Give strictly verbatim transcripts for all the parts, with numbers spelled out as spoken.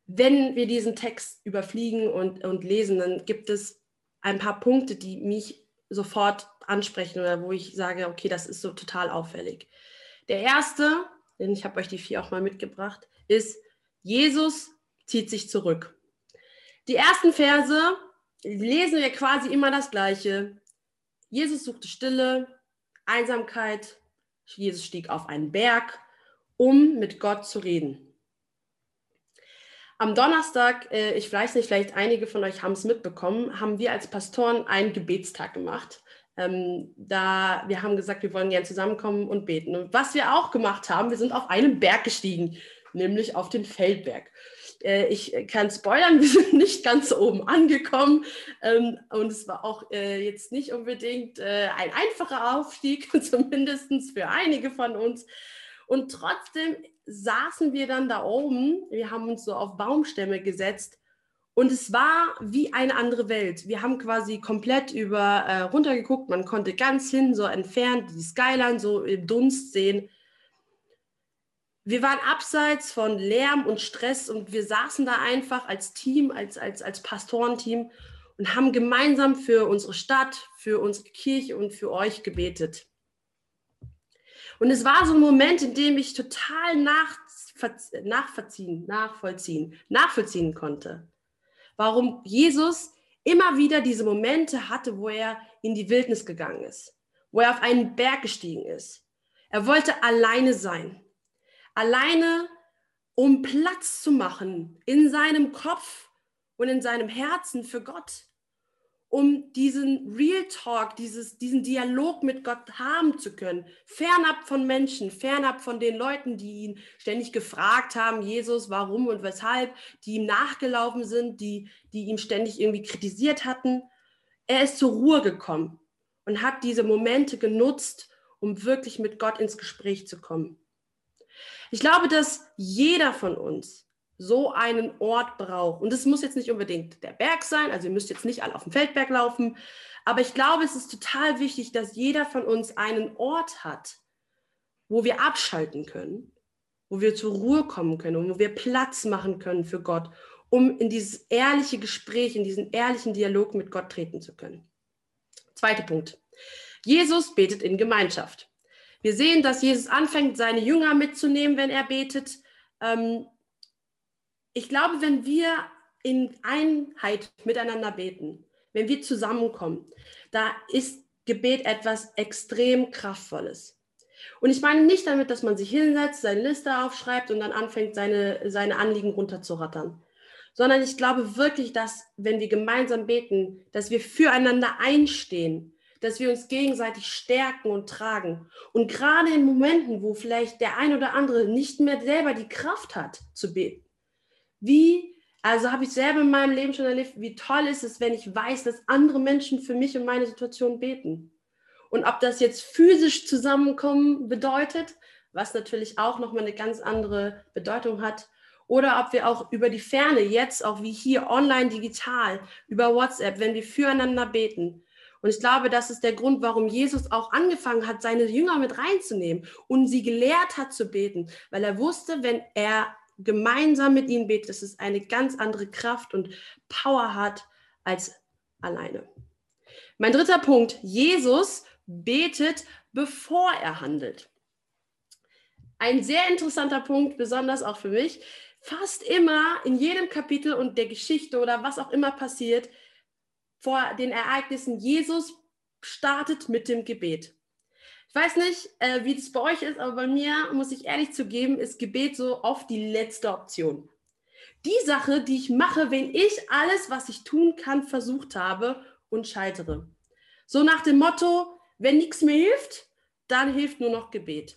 wenn wir diesen Text überfliegen und, und lesen, dann gibt es ein paar Punkte, die mich sofort ansprechen oder wo ich sage, okay, das ist so total auffällig. Der erste, denn ich habe euch die vier auch mal mitgebracht, ist, Jesus zieht sich zurück. Die ersten Verse lesen wir quasi immer das Gleiche. Jesus suchte Stille, Einsamkeit. Jesus stieg auf einen Berg, um mit Gott zu reden. Am Donnerstag, äh, ich weiß nicht, vielleicht einige von euch haben es mitbekommen, haben wir als Pastoren einen Gebetstag gemacht. Ähm, da wir haben gesagt, wir wollen gerne zusammenkommen und beten. Und was wir auch gemacht haben, wir sind auf einen Berg gestiegen, nämlich auf den Feldberg. Äh, ich kann spoilern, wir sind nicht ganz oben angekommen ähm, und es war auch äh, jetzt nicht unbedingt äh, ein einfacher Aufstieg, zumindest für einige von uns. Und trotzdem saßen wir dann da oben, wir haben uns so auf Baumstämme gesetzt und es war wie eine andere Welt. Wir haben quasi komplett über äh, runtergeguckt, man konnte ganz hin, so entfernt, die Skyline so im Dunst sehen. Wir waren abseits von Lärm und Stress und wir saßen da einfach als Team, als, als, als Pastorenteam und haben gemeinsam für unsere Stadt, für unsere Kirche und für euch gebetet. Und es war so ein Moment, in dem ich total nachvollziehen, nachvollziehen, nachvollziehen konnte, warum Jesus immer wieder diese Momente hatte, wo er in die Wildnis gegangen ist, wo er auf einen Berg gestiegen ist. Er wollte alleine sein. Alleine, um Platz zu machen in seinem Kopf und in seinem Herzen für Gott, um diesen Real Talk, dieses, diesen Dialog mit Gott haben zu können, fernab von Menschen, fernab von den Leuten, die ihn ständig gefragt haben, Jesus, warum und weshalb, die ihm nachgelaufen sind, die, die ihm ständig irgendwie kritisiert hatten. Er ist zur Ruhe gekommen und hat diese Momente genutzt, um wirklich mit Gott ins Gespräch zu kommen. Ich glaube, dass jeder von uns so einen Ort braucht. Und es muss jetzt nicht unbedingt der Berg sein, also ihr müsst jetzt nicht alle auf dem Feldberg laufen, aber ich glaube, es ist total wichtig, dass jeder von uns einen Ort hat, wo wir abschalten können, wo wir zur Ruhe kommen können und wo wir Platz machen können für Gott, um in dieses ehrliche Gespräch, in diesen ehrlichen Dialog mit Gott treten zu können. Zweiter Punkt. Jesus betet in Gemeinschaft. Wir sehen, dass Jesus anfängt, seine Jünger mitzunehmen, wenn er betet. Ähm, ich glaube, wenn wir in Einheit miteinander beten, wenn wir zusammenkommen, da ist Gebet etwas extrem Kraftvolles. Und ich meine nicht damit, dass man sich hinsetzt, seine Liste aufschreibt und dann anfängt, seine, seine Anliegen runterzurattern. Sondern ich glaube wirklich, dass, wenn wir gemeinsam beten, dass wir füreinander einstehen, dass wir uns gegenseitig stärken und tragen. Und gerade in Momenten, wo vielleicht der ein oder andere nicht mehr selber die Kraft hat, zu beten. Wie, also habe ich selber in meinem Leben schon erlebt, wie toll ist es, wenn ich weiß, dass andere Menschen für mich und meine Situation beten. Und ob das jetzt physisch zusammenkommen bedeutet, was natürlich auch nochmal eine ganz andere Bedeutung hat, oder ob wir auch über die Ferne, jetzt auch wie hier online digital, über WhatsApp, wenn wir füreinander beten. Und ich glaube, das ist der Grund, warum Jesus auch angefangen hat, seine Jünger mit reinzunehmen und sie gelehrt hat zu beten, weil er wusste, wenn er gemeinsam mit ihnen betet, dass es eine ganz andere Kraft und Power hat als alleine. Mein dritter Punkt, Jesus betet, bevor er handelt. Ein sehr interessanter Punkt, besonders auch für mich. Fast immer in jedem Kapitel und der Geschichte oder was auch immer passiert, vor den Ereignissen, Jesus startet mit dem Gebet. Ich weiß nicht, äh, wie das bei euch ist, aber bei mir, muss ich ehrlich zugeben, ist Gebet so oft die letzte Option. Die Sache, die ich mache, wenn ich alles, was ich tun kann, versucht habe und scheitere. So nach dem Motto, wenn nichts mehr hilft, dann hilft nur noch Gebet.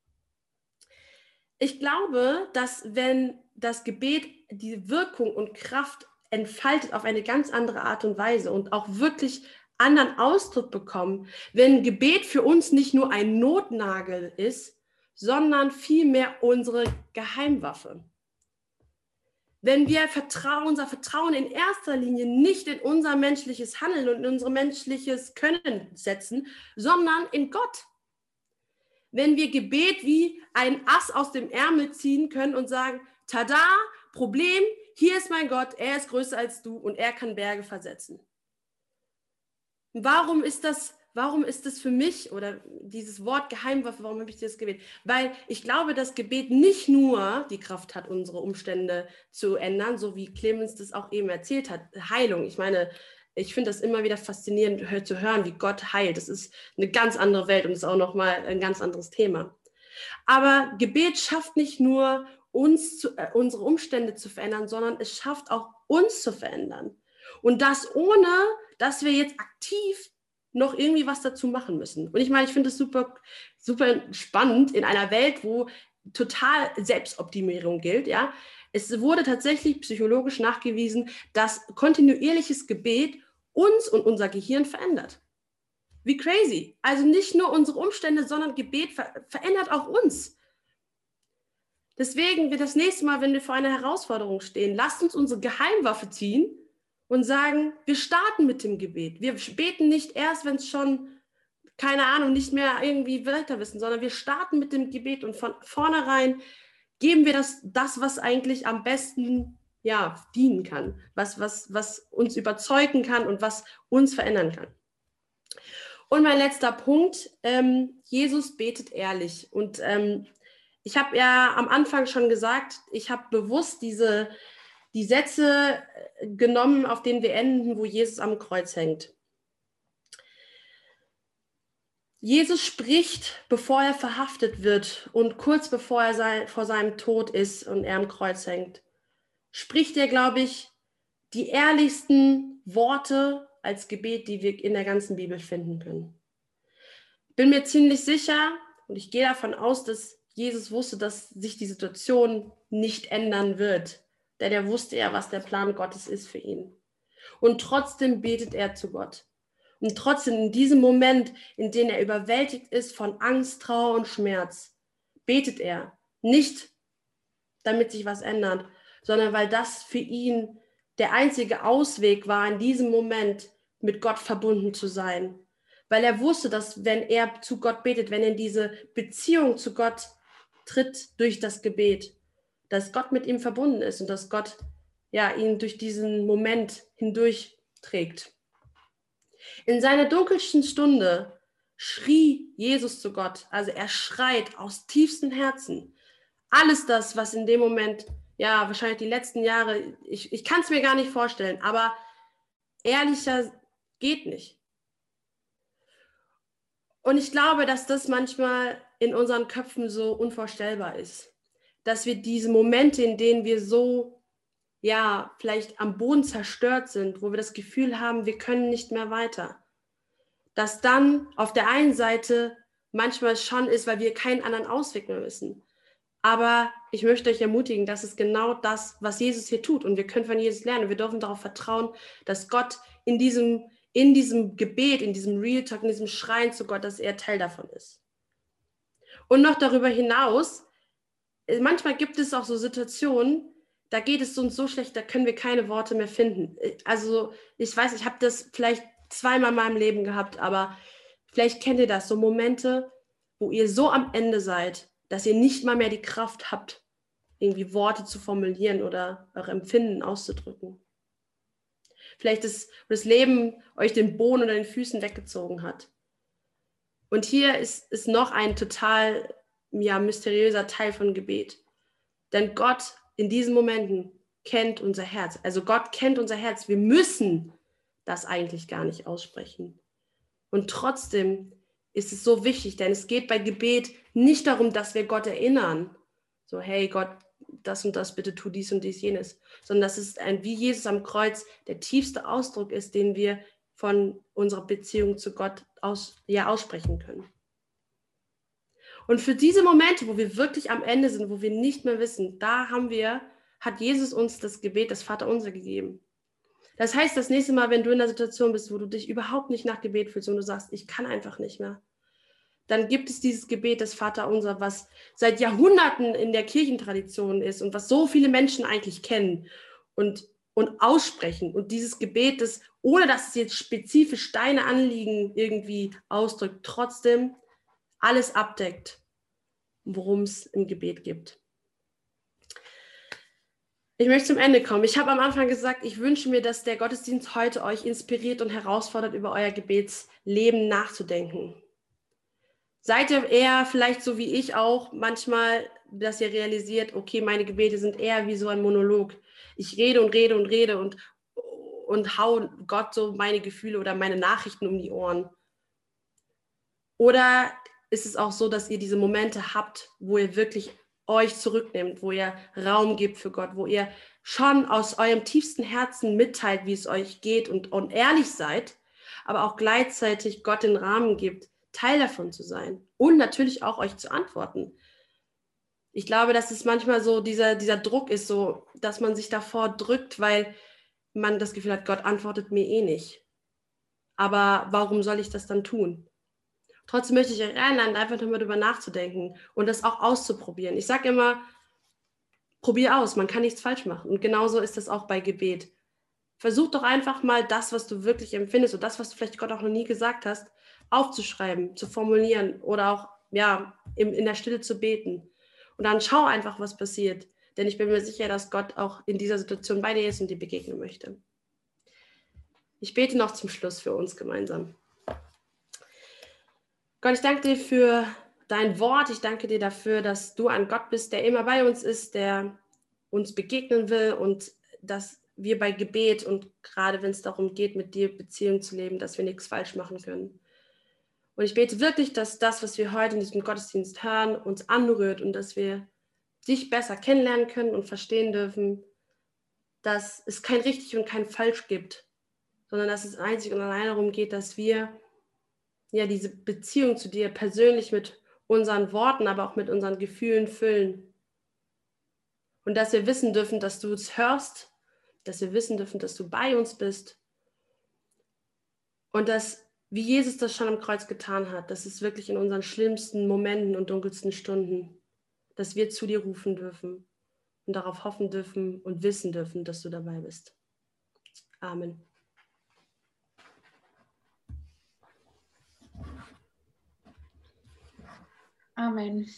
Ich glaube, dass wenn das Gebet die Wirkung und Kraft entfaltet auf eine ganz andere Art und Weise und auch wirklich anderen Ausdruck bekommen, wenn Gebet für uns nicht nur ein Notnagel ist, sondern vielmehr unsere Geheimwaffe. Wenn wir Vertrauen, unser Vertrauen in erster Linie nicht in unser menschliches Handeln und in unser menschliches Können setzen, sondern in Gott. Wenn wir Gebet wie ein Ass aus dem Ärmel ziehen können und sagen, tada, Problem, hier ist mein Gott, er ist größer als du und er kann Berge versetzen. Warum ist das, warum ist das für mich oder dieses Wort Geheimwaffe, warum habe ich das gewählt? Weil ich glaube, dass Gebet nicht nur die Kraft hat, unsere Umstände zu ändern, so wie Clemens das auch eben erzählt hat, Heilung. Ich meine, ich finde das immer wieder faszinierend zu hören, wie Gott heilt. Das ist eine ganz andere Welt und ist auch nochmal ein ganz anderes Thema. Aber Gebet schafft nicht nur, uns zu, äh, unsere Umstände zu verändern, sondern es schafft auch, uns zu verändern. Und das ohne, dass wir jetzt aktiv noch irgendwie was dazu machen müssen. Und ich meine, ich finde es super, super spannend in einer Welt, wo total Selbstoptimierung gilt. Ja? Es wurde tatsächlich psychologisch nachgewiesen, dass kontinuierliches Gebet uns und unser Gehirn verändert. Wie crazy. Also nicht nur unsere Umstände, sondern Gebet ver- verändert auch uns. Deswegen, wir das nächste Mal, wenn wir vor einer Herausforderung stehen, lasst uns unsere Geheimwaffe ziehen und sagen, wir starten mit dem Gebet. Wir beten nicht erst, wenn es schon, keine Ahnung, nicht mehr irgendwie weiter wissen, sondern wir starten mit dem Gebet und von vornherein geben wir das, das was eigentlich am besten ja, dienen kann, was, was, was uns überzeugen kann und was uns verändern kann. Und mein letzter Punkt, ähm, Jesus betet ehrlich. Und ähm, ich habe ja am Anfang schon gesagt, ich habe bewusst diese die Sätze genommen, auf denen wir enden, wo Jesus am Kreuz hängt. Jesus spricht, bevor er verhaftet wird und kurz bevor er sein, vor seinem Tod ist und er am Kreuz hängt, spricht er, glaube ich, die ehrlichsten Worte als Gebet, die wir in der ganzen Bibel finden können. Ich bin mir ziemlich sicher und ich gehe davon aus, dass Jesus wusste, dass sich die Situation nicht ändern wird. Denn er wusste ja, was der Plan Gottes ist für ihn. Und trotzdem betet er zu Gott. Und trotzdem in diesem Moment, in dem er überwältigt ist von Angst, Trauer und Schmerz, betet er. Nicht, damit sich was ändert, sondern weil das für ihn der einzige Ausweg war, in diesem Moment mit Gott verbunden zu sein. Weil er wusste, dass wenn er zu Gott betet, wenn er in diese Beziehung zu Gott tritt durch das Gebet, dass Gott mit ihm verbunden ist und dass Gott ja, ihn durch diesen Moment hindurch trägt. In seiner dunkelsten Stunde schrie Jesus zu Gott, also er schreit aus tiefstem Herzen. Alles das, was in dem Moment, ja, wahrscheinlich die letzten Jahre, ich, ich kann es mir gar nicht vorstellen, aber ehrlicher geht nicht. Und ich glaube, dass das manchmal in unseren Köpfen so unvorstellbar ist, dass wir diese Momente, in denen wir so, ja, vielleicht am Boden zerstört sind, wo wir das Gefühl haben, wir können nicht mehr weiter, dass dann auf der einen Seite manchmal schon ist, weil wir keinen anderen Ausweg mehr wissen. Aber ich möchte euch ermutigen, das ist genau das, was Jesus hier tut. Und wir können von Jesus lernen. Wir dürfen darauf vertrauen, dass Gott in diesem, in diesem Gebet, in diesem Real Talk, in diesem Schreien zu Gott, dass er Teil davon ist. Und noch darüber hinaus, manchmal gibt es auch so Situationen, da geht es uns so schlecht, da können wir keine Worte mehr finden. Also ich weiß, ich habe das vielleicht zweimal in meinem Leben gehabt, aber vielleicht kennt ihr das, so Momente, wo ihr so am Ende seid, dass ihr nicht mal mehr die Kraft habt, irgendwie Worte zu formulieren oder eure Empfinden auszudrücken. Vielleicht ist das Leben euch den Boden oder den Füßen weggezogen hat. Und hier ist, ist noch ein total ja, mysteriöser Teil von Gebet. Denn Gott in diesen Momenten kennt unser Herz. Also Gott kennt unser Herz. Wir müssen das eigentlich gar nicht aussprechen. Und trotzdem ist es so wichtig, denn es geht bei Gebet nicht darum, dass wir Gott erinnern. So, hey Gott, das und das, bitte tu dies und dies, jenes. Sondern dass es ein, wie Jesus am Kreuz der tiefste Ausdruck ist, den wir von unserer Beziehung zu Gott aus, ja, aussprechen können. Und für diese Momente, wo wir wirklich am Ende sind, wo wir nicht mehr wissen, da haben wir, hat Jesus uns das Gebet, das Vaterunser gegeben. Das heißt, das nächste Mal, wenn du in einer Situation bist, wo du dich überhaupt nicht nach Gebet fühlst und du sagst, ich kann einfach nicht mehr, dann gibt es dieses Gebet des Vaterunser, was seit Jahrhunderten in der Kirchentradition ist und was so viele Menschen eigentlich kennen und, und aussprechen. Und dieses Gebet, das, ohne dass es jetzt spezifisch deine Anliegen irgendwie ausdrückt, trotzdem alles abdeckt, worum es im Gebet gibt. Ich möchte zum Ende kommen. Ich habe am Anfang gesagt, ich wünsche mir, dass der Gottesdienst heute euch inspiriert und herausfordert, über euer Gebetsleben nachzudenken. Seid ihr eher vielleicht so wie ich auch manchmal, dass ihr realisiert, okay, meine Gebete sind eher wie so ein Monolog. Ich rede und rede und rede und, und hau Gott so meine Gefühle oder meine Nachrichten um die Ohren. Oder ist es auch so, dass ihr diese Momente habt, wo ihr wirklich euch zurücknehmt, wo ihr Raum gebt für Gott, wo ihr schon aus eurem tiefsten Herzen mitteilt, wie es euch geht und, und ehrlich seid, aber auch gleichzeitig Gott den Rahmen gibt, Teil davon zu sein und natürlich auch euch zu antworten. Ich glaube, dass es manchmal so dieser, dieser Druck ist, so, dass man sich davor drückt, weil man das Gefühl hat, Gott antwortet mir eh nicht. Aber warum soll ich das dann tun? Trotzdem möchte ich euch einladen, einfach nochmal darüber nachzudenken und das auch auszuprobieren. Ich sage immer, probier aus, man kann nichts falsch machen. Und genauso ist das auch bei Gebet. Versuch doch einfach mal das, was du wirklich empfindest und das, was du vielleicht Gott auch noch nie gesagt hast, aufzuschreiben, zu formulieren oder auch ja, in, in der Stille zu beten. Und dann schau einfach, was passiert. Denn ich bin mir sicher, dass Gott auch in dieser Situation bei dir ist und dir begegnen möchte. Ich bete noch zum Schluss für uns gemeinsam. Gott, ich danke dir für dein Wort. Ich danke dir dafür, dass du ein Gott bist, der immer bei uns ist, der uns begegnen will und dass wir bei Gebet und gerade wenn es darum geht, mit dir Beziehung zu leben, dass wir nichts falsch machen können. Und ich bete wirklich, dass das, was wir heute in diesem Gottesdienst hören, uns anrührt und dass wir dich besser kennenlernen können und verstehen dürfen, dass es kein richtig und kein falsch gibt, sondern dass es einzig und allein darum geht, dass wir ja diese Beziehung zu dir persönlich mit unseren Worten, aber auch mit unseren Gefühlen füllen. Und dass wir wissen dürfen, dass du es hörst, dass wir wissen dürfen, dass du bei uns bist und dass, wie Jesus das schon am Kreuz getan hat, dass es wirklich in unseren schlimmsten Momenten und dunkelsten Stunden, dass wir zu dir rufen dürfen und darauf hoffen dürfen und wissen dürfen, dass du dabei bist. Amen. Amen.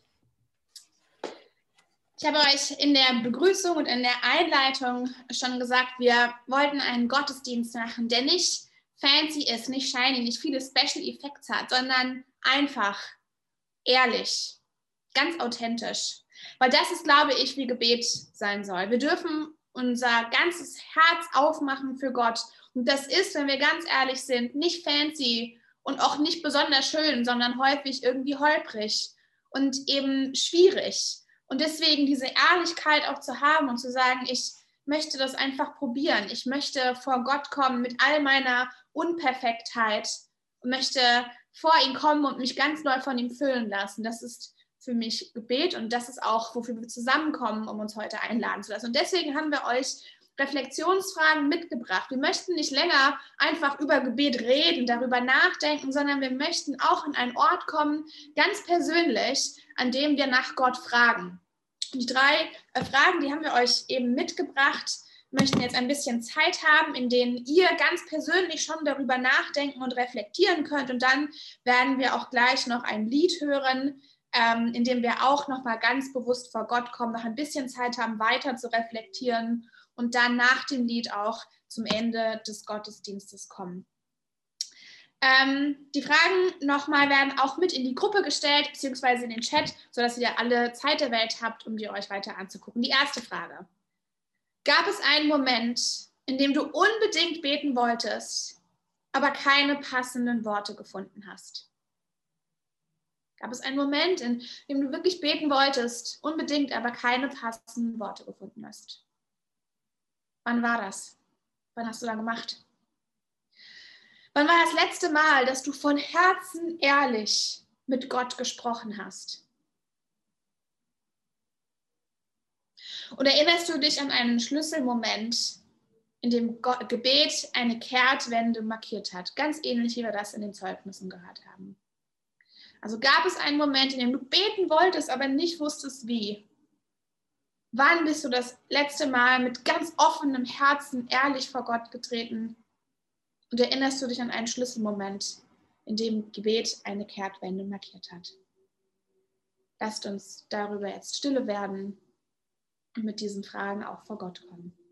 Ich habe euch in der Begrüßung und in der Einleitung schon gesagt, wir wollten einen Gottesdienst machen, der nicht fancy ist, nicht shiny, nicht viele Special Effects hat, sondern einfach, ehrlich, ganz authentisch. Weil das ist, glaube ich, wie Gebet sein soll. Wir dürfen unser ganzes Herz aufmachen für Gott. Und das ist, wenn wir ganz ehrlich sind, nicht fancy und auch nicht besonders schön, sondern häufig irgendwie holprig und eben schwierig. Und deswegen diese Ehrlichkeit auch zu haben und zu sagen, ich möchte das einfach probieren. Ich möchte vor Gott kommen mit all meiner Unperfektheit und möchte vor ihn kommen und mich ganz neu von ihm füllen lassen. Das ist für mich Gebet und das ist auch, wofür wir zusammenkommen, um uns heute einladen zu lassen. Und deswegen haben wir euch Reflexionsfragen mitgebracht. Wir möchten nicht länger einfach über Gebet reden, darüber nachdenken, sondern wir möchten auch in einen Ort kommen, ganz persönlich, an dem wir nach Gott fragen. Die drei äh, Fragen, die haben wir euch eben mitgebracht, möchten jetzt ein bisschen Zeit haben, in denen ihr ganz persönlich schon darüber nachdenken und reflektieren könnt. Und dann werden wir auch gleich noch ein Lied hören, ähm, in dem wir auch noch mal ganz bewusst vor Gott kommen, noch ein bisschen Zeit haben, weiter zu reflektieren und dann nach dem Lied auch zum Ende des Gottesdienstes kommen. Ähm, die Fragen nochmal werden auch mit in die Gruppe gestellt, beziehungsweise in den Chat, sodass ihr alle Zeit der Welt habt, um die euch weiter anzugucken. Die erste Frage. Gab es einen Moment, in dem du unbedingt beten wolltest, aber keine passenden Worte gefunden hast? Gab es einen Moment, in dem du wirklich beten wolltest, unbedingt, aber keine passenden Worte gefunden hast? Wann war das? Wann hast du da gemacht? Wann war das letzte Mal, dass du von Herzen ehrlich mit Gott gesprochen hast? Und erinnerst du dich an einen Schlüsselmoment, in dem Gott, Gebet eine Kehrtwende markiert hat? Ganz ähnlich, wie wir das in den Zeugnissen gehört haben. Also gab es einen Moment, in dem du beten wolltest, aber nicht wusstest, wie? Wann bist du das letzte Mal mit ganz offenem Herzen ehrlich vor Gott getreten? Und erinnerst du dich an einen Schlüsselmoment, in dem Gebet eine Kehrtwende markiert hat? Lasst uns darüber jetzt stille werden und mit diesen Fragen auch vor Gott kommen.